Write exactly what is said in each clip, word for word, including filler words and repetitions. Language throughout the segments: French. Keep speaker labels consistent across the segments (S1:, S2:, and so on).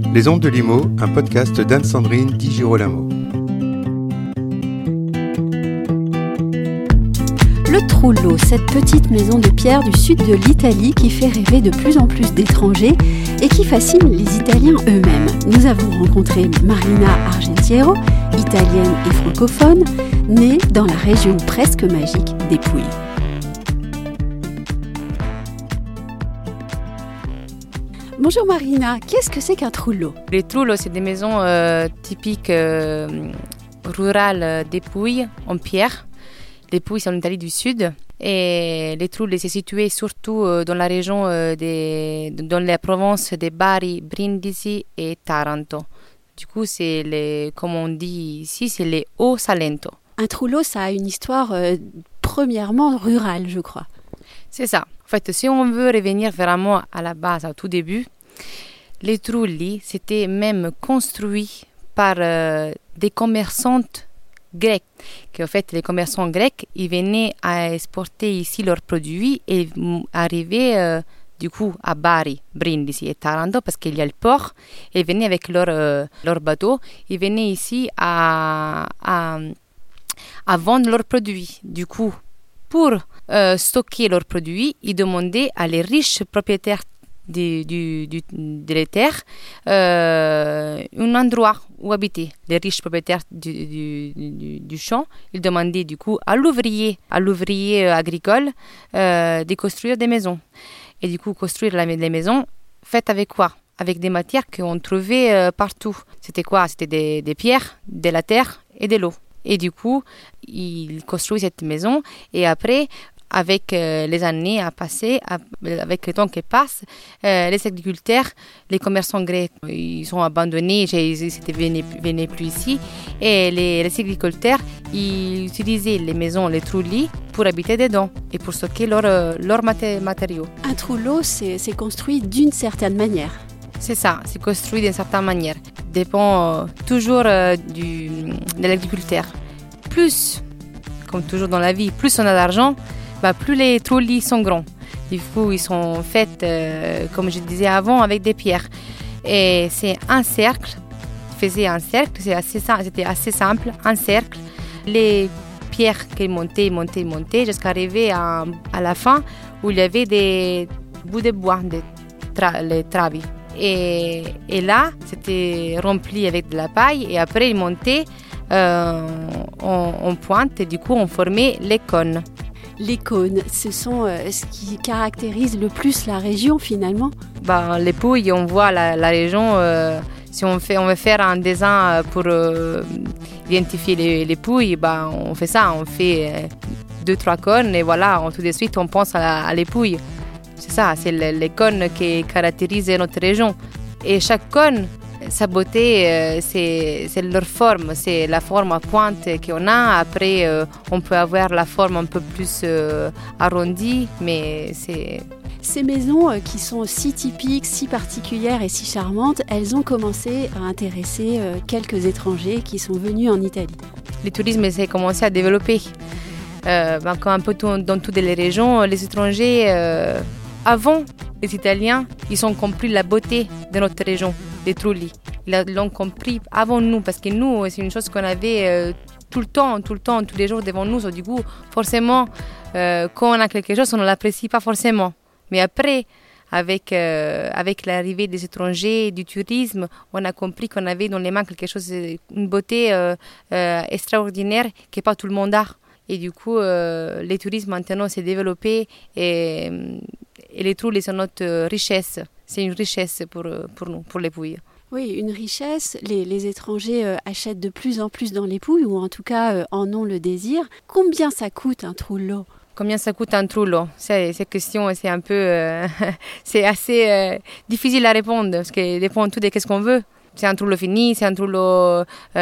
S1: Les Ondes de Limo, un podcast d'Anne-Sandrine Di Girolamo.
S2: Le Trullo, cette petite maison de pierre du sud de l'Italie qui fait rêver de plus en plus d'étrangers et qui fascine les Italiens eux-mêmes. Nous avons rencontré Marina Argentiero, italienne et francophone, née dans la région presque magique des Pouilles. Bonjour Marina, qu'est-ce que c'est qu'un trullo ?
S3: Les trullos, c'est des maisons euh, typiques euh, rurales des Pouilles en pierre. Les Pouilles, c'est en Italie du Sud. Et les trulli, c'est situé surtout euh, dans la région, euh, des, dans la province de Bari, Brindisi et Taranto. Du coup, c'est les, comme on dit ici, c'est les Hauts Salento.
S2: Un trullo, ça a une histoire euh, premièrement rurale, je crois.
S3: C'est ça. En fait, si on veut revenir vraiment à la base, au tout début, les trulli, c'était même construit par euh, des commerçantes grecs. En fait, les commerçants grecs, ils venaient à exporter ici leurs produits et arrivaient euh, du coup à Bari, Brindisi et Taranto parce qu'il y a le port. Et ils venaient avec leur, euh, leur bateau. Ils venaient ici à, à, à vendre leurs produits. Du coup, pour euh, stocker leurs produits, ils demandaient à les riches propriétaires du, du, du, de terres euh, un endroit où habiter. Les riches propriétaires du, du, du, du champ, ils demandaient du coup à l'ouvrier, à l'ouvrier agricole euh, de construire des maisons. Et du coup, construire la, les maisons, faites avec quoi ? Avec des matières qu'on trouvait euh, partout. C'était quoi ? C'était des, des pierres, de la terre et de l'eau. Et du coup, il construit cette maison et après, avec euh, les années à passer, à, avec le temps qui passe, euh, les agriculteurs, les commerçants grecs, ils sont abandonnés, ils ne venaient, venaient plus ici. Et les, les agriculteurs, ils utilisaient les maisons, les trulli, pour habiter dedans et pour stocker leurs leur maté- matériaux.
S2: Un trullo, c'est, c'est construit d'une certaine manière.
S3: C'est ça, c'est construit d'une certaine manière. Dépend euh, toujours euh, du, de l'agriculteur. Plus, comme toujours dans la vie, plus on a d'argent, bah, plus les trulli sont grands. Du coup, ils sont faits, euh, comme je disais avant, avec des pierres. Et c'est un cercle, faisait un cercle, c'est assez, c'était assez simple, un cercle. Les pierres qui montaient, montaient, montaient, jusqu'à arriver à, à la fin où il y avait des bouts de bois, des tra- les travis. Et, et là, c'était rempli avec de la paille et après, il montait euh, en, en pointe et du coup, on formait les cônes.
S2: Les cônes, ce sont euh, ce qui caractérise le plus la région finalement.
S3: Ben, les Pouilles, on voit la, la région, euh, si on, fait, on veut faire un dessin pour euh, identifier les, les Pouilles, ben, on fait ça, on fait euh, deux, trois cônes et voilà, on, tout de suite, on pense à, à les Pouilles. C'est ça, c'est les, les cônes qui caractérisent notre région. Et chaque cône, sa beauté, euh, c'est, c'est leur forme, c'est la forme à pointe qu'on a. Après, euh, on peut avoir la forme un peu plus euh, arrondie, mais c'est...
S2: Ces maisons euh, qui sont si typiques, si particulières et si charmantes, elles ont commencé à intéresser euh, quelques étrangers qui sont venus en Italie.
S3: Le tourisme s'est commencé à développer. Euh, ben, comme un peu tout, dans toutes les régions, les étrangers... Euh, Avant, les Italiens, ils ont compris la beauté de notre région, des trulli. Ils l'ont compris avant nous, parce que nous, c'est une chose qu'on avait euh, tout le temps, tout le temps, tous les jours devant nous. Du coup, forcément, euh, quand on a quelque chose, on ne l'apprécie pas forcément. Mais après, avec, euh, avec l'arrivée des étrangers, du tourisme, on a compris qu'on avait dans les mains quelque chose, une beauté euh, euh, extraordinaire que pas tout le monde a. Et du coup, euh, le tourisme maintenant s'est développé et, et les trulli sont notre richesse. C'est une richesse pour, pour nous, pour les Pouilles.
S2: Oui, une richesse. Les, les étrangers euh, achètent de plus en plus dans les Pouilles, ou en tout cas euh, en ont le désir. Combien ça coûte un trullo ?
S3: Combien ça coûte un trullo ? C'est, cette question, c'est un peu, euh, c'est assez euh, difficile à répondre parce que ça dépend tout de ce qu'on veut. C'est un trullo fini, c'est un trullo euh,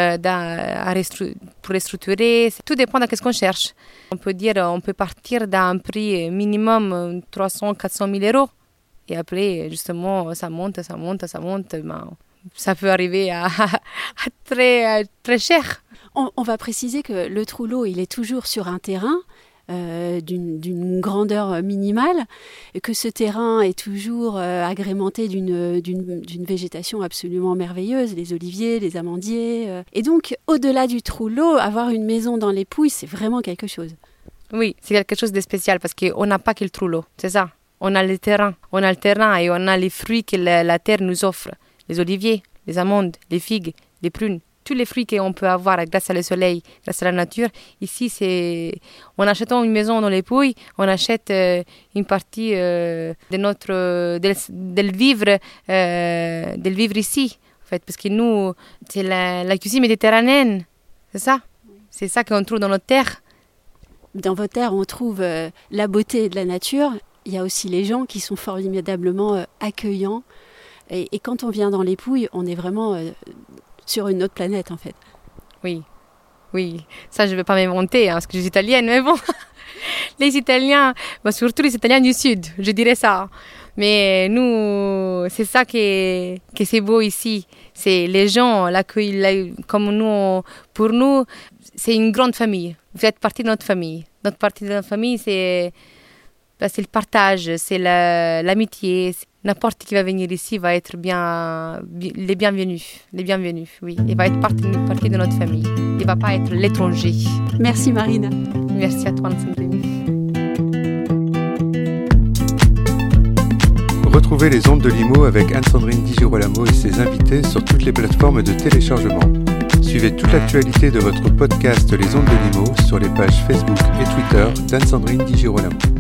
S3: à restru- pour restructurer. Tout dépend de ce qu'on cherche. On peut dire, on peut partir d'un prix minimum trois cents à quatre cent mille euros. Et après, justement, ça monte, ça monte, ça monte. Ben, ça peut arriver à, à très, à très cher.
S2: On, on va préciser que le trullo, il est toujours sur un terrain. euh, d'une, d'une grandeur minimale, et que ce terrain est toujours euh, agrémenté d'une, d'une, d'une végétation absolument merveilleuse, les oliviers, les amandiers. Euh. Et donc, au-delà du Trullo, avoir une maison dans les Pouilles, c'est vraiment quelque chose.
S3: Oui, c'est quelque chose de spécial parce qu'on n'a pas que le Trullo, c'est ça. On a le terrain, on a le terrain et on a les fruits que la, la terre nous offre. Les oliviers, les amandes, les figues, les prunes, tous les fruits qu'on peut avoir grâce au soleil, grâce à la nature. Ici, c'est, en achetant une maison dans les Pouilles, on achète euh, une partie euh, de notre, euh, de, de vivre, euh, de vivre ici, en fait, parce que nous, c'est la, la cuisine méditerranéenne, c'est ça, c'est ça qu'on trouve dans notre terre.
S2: Dans votre terre, on trouve euh, la beauté de la nature. Il y a aussi les gens qui sont formidablement euh, accueillants. Et, et quand on vient dans les Pouilles, on est vraiment euh, sur une autre planète, en fait.
S3: Oui, oui. Ça, je ne vais pas m'inventer, hein, parce que je suis italienne, mais bon. Les Italiens, bah, surtout les Italiens du Sud, je dirais ça. Mais nous, c'est ça qui est, qui est beau ici. C'est les gens, l'accueil, la, comme nous, pour nous, c'est une grande famille. Vous faites partie de notre famille. Notre partie de notre famille, c'est... c'est le partage, c'est la, l'amitié. C'est, n'importe qui va venir ici va être bien, les bienvenus, les bienvenus, oui. Il va être partie, partie de notre famille. Il ne va pas être l'étranger.
S2: Merci Marina.
S3: Merci à toi, Anne-Sandrine.
S1: Retrouvez les ondes de Limo avec Anne-Sandrine Di Girolamo et ses invités sur toutes les plateformes de téléchargement. Suivez toute l'actualité de votre podcast Les ondes de Limo sur les pages Facebook et Twitter d'Anne-Sandrine Di Girolamo.